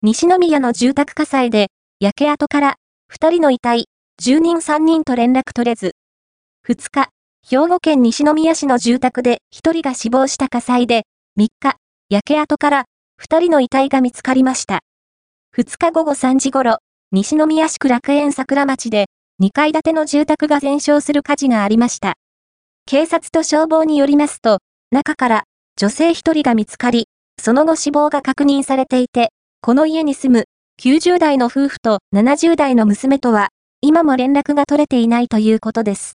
西宮の住宅火災で、焼け跡から、2人の遺体、住人3人と連絡取れず。2日、兵庫県西宮市の住宅で1人が死亡した火災で、3日、焼け跡から、2人の遺体が見つかりました。2日午後3時頃、西宮市区楽園桜町で、2階建ての住宅が全焼する火事がありました。警察と消防によりますと、中から女性1人が見つかり、その後死亡が確認されていて、この家に住む90代の夫婦と70代の娘とは、今も連絡が取れていないということです。